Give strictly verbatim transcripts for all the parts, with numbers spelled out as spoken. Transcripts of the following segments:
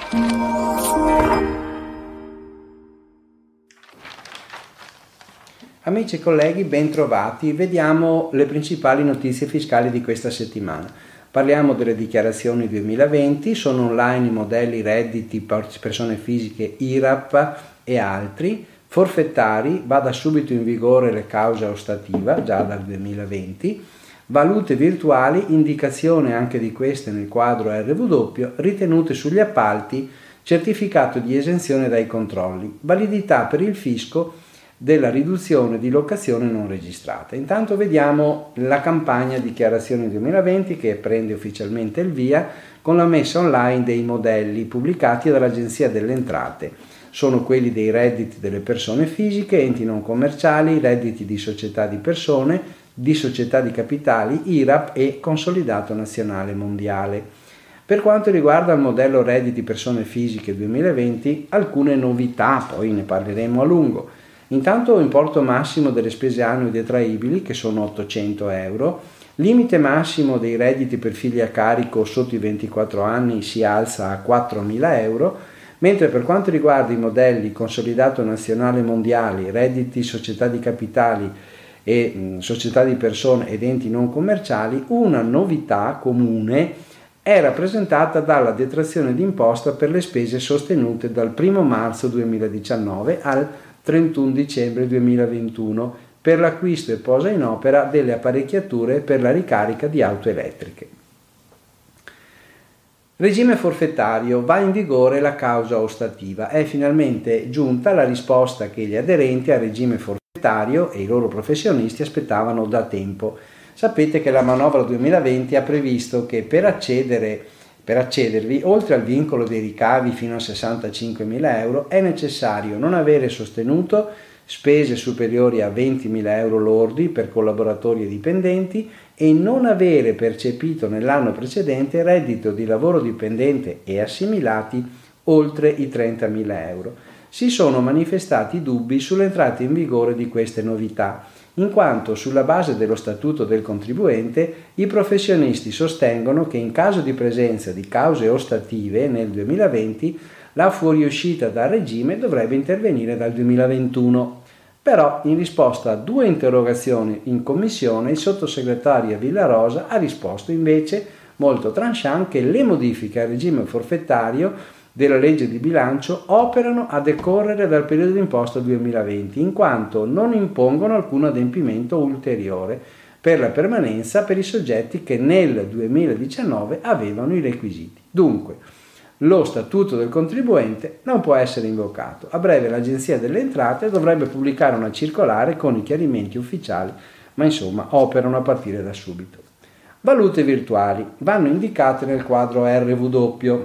Amici e colleghi, ben trovati. Vediamo le principali notizie fiscali di questa settimana. Parliamo delle dichiarazioni duemilaventi, sono online i modelli redditi, persone fisiche, I R A P e altri. Forfettari, va da subito in vigore la causa ostativa, già dal duemilaventi. Valute virtuali, indicazione anche di queste nel quadro R W, ritenute sugli appalti, certificato di esenzione dai controlli, validità per il fisco della riduzione di locazione non registrata. Intanto vediamo la campagna dichiarazioni duemilaventi che prende ufficialmente il via con la messa online dei modelli pubblicati dall'Agenzia delle Entrate. Sono quelli dei redditi delle persone fisiche, enti non commerciali, redditi di società di persone, di società di capitali, I R A P e consolidato nazionale mondiale. Per quanto riguarda il modello redditi persone fisiche duemilaventi, alcune novità, poi ne parleremo a lungo. Intanto importo massimo delle spese annue detraibili, che sono ottocento euro, limite massimo dei redditi per figli a carico sotto i ventiquattro anni si alza a quattromila euro, mentre per quanto riguarda i modelli consolidato nazionale mondiali, redditi società di capitali e mh, società di persone ed enti non commerciali, una novità comune è rappresentata dalla detrazione d'imposta per le spese sostenute dal primo marzo duemiladiciannove al trentuno dicembre duemilaventuno per l'acquisto e posa in opera delle apparecchiature per la ricarica di auto elettriche. Regime forfettario, va in vigore la causa ostativa. È finalmente giunta la risposta che gli aderenti al regime forfettario e i loro professionisti aspettavano da tempo. Sapete che la manovra duemilaventi ha previsto che per accedere Per accedervi, oltre al vincolo dei ricavi fino a sessantacinquemila euro, è necessario non avere sostenuto spese superiori a ventimila euro lordi per collaboratori e dipendenti e non avere percepito nell'anno precedente reddito di lavoro dipendente e assimilati oltre i trentamila euro. Si sono manifestati dubbi sull'entrata in vigore di queste novità, in quanto sulla base dello statuto del contribuente i professionisti sostengono che in caso di presenza di cause ostative nel duemilaventi la fuoriuscita dal regime dovrebbe intervenire dal duemilaventuno. Però in risposta a due interrogazioni in commissione il sottosegretario Villarosa ha risposto invece molto tranchant che le modifiche al regime forfettario della legge di bilancio operano a decorrere dal periodo d'imposta duemilaventi, in quanto non impongono alcun adempimento ulteriore per la permanenza per i soggetti che nel duemiladiciannove avevano i requisiti. Dunque, lo statuto del contribuente non può essere invocato. A breve l'Agenzia delle Entrate dovrebbe pubblicare una circolare con i chiarimenti ufficiali, ma insomma operano a partire da subito. Valute virtuali vanno indicate nel quadro R W.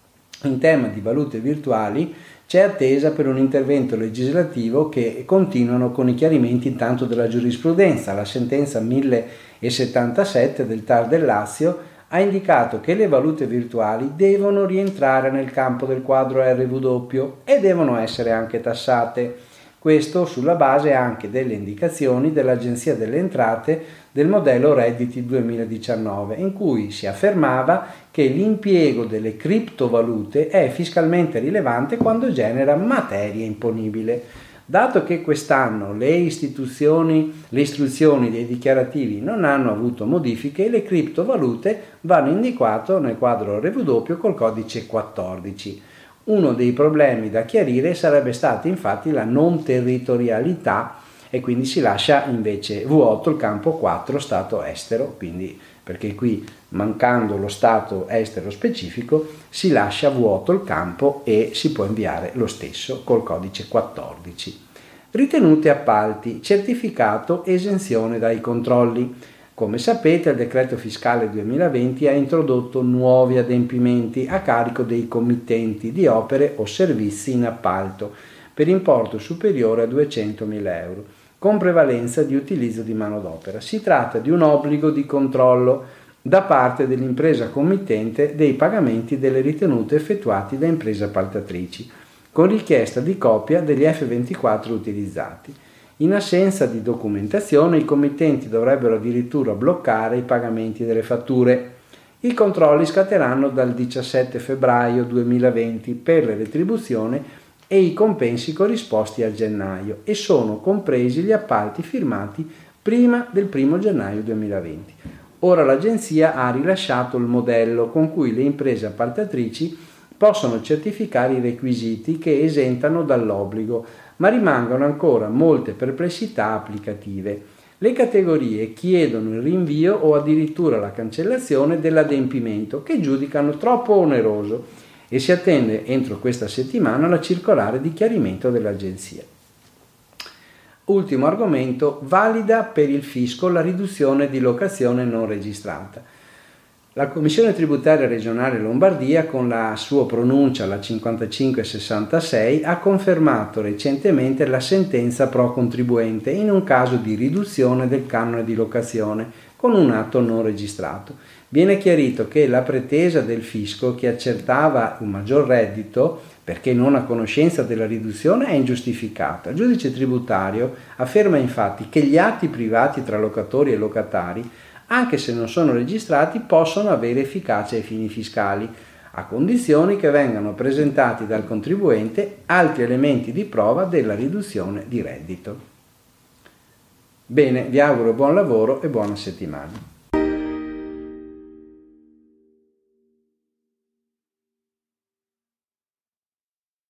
In tema di valute virtuali c'è attesa per un intervento legislativo che continuano con i chiarimenti intanto della giurisprudenza. La sentenza millesettantasette del T A R del Lazio ha indicato che le valute virtuali devono rientrare nel campo del quadro R W e devono essere anche tassate. Questo sulla base anche delle indicazioni dell'Agenzia delle Entrate del modello redditi duemiladiciannove, in cui si affermava che l'impiego delle criptovalute è fiscalmente rilevante quando genera materia imponibile. Dato che quest'anno le istituzioni, le istruzioni dei dichiarativi non hanno avuto modifiche, le criptovalute vanno indicate nel quadro R W col codice quattordici. Uno dei problemi da chiarire sarebbe stata infatti la non territorialità e quindi si lascia invece vuoto il campo quattro stato estero, quindi perché qui mancando lo stato estero specifico si lascia vuoto il campo e si può inviare lo stesso col codice quattordici. Ritenute appalti, certificato esenzione dai controlli. Come sapete, il decreto fiscale duemilaventi ha introdotto nuovi adempimenti a carico dei committenti di opere o servizi in appalto per importo superiore a duecentomila euro, con prevalenza di utilizzo di manodopera. Si tratta di un obbligo di controllo da parte dell'impresa committente dei pagamenti delle ritenute effettuati da imprese appaltatrici, con richiesta di copia degli F ventiquattro utilizzati. In assenza di documentazione, i committenti dovrebbero addirittura bloccare i pagamenti delle fatture. I controlli scatteranno dal diciassette febbraio duemilaventi per le retribuzioni e i compensi corrisposti a gennaio e sono compresi gli appalti firmati prima del primo gennaio duemilaventi. Ora l'Agenzia ha rilasciato il modello con cui le imprese appaltatrici possono certificare i requisiti che esentano dall'obbligo, ma rimangono ancora molte perplessità applicative. Le categorie chiedono il rinvio o addirittura la cancellazione dell'adempimento, che giudicano troppo oneroso, e si attende entro questa settimana la circolare di chiarimento dell'Agenzia. Ultimo argomento: valida per il fisco la riduzione di locazione non registrata. La Commissione Tributaria Regionale Lombardia, con la sua pronuncia, la cinquantacinque sessantasei, ha confermato recentemente la sentenza pro contribuente in un caso di riduzione del canone di locazione con un atto non registrato. Viene chiarito che la pretesa del fisco, che accertava un maggior reddito perché non a conoscenza della riduzione, è ingiustificata. Il giudice tributario afferma infatti che gli atti privati tra locatori e locatari, anche se non sono registrati, possono avere efficacia ai fini fiscali, a condizione che vengano presentati dal contribuente altri elementi di prova della riduzione di reddito. Bene, vi auguro buon lavoro e buona settimana.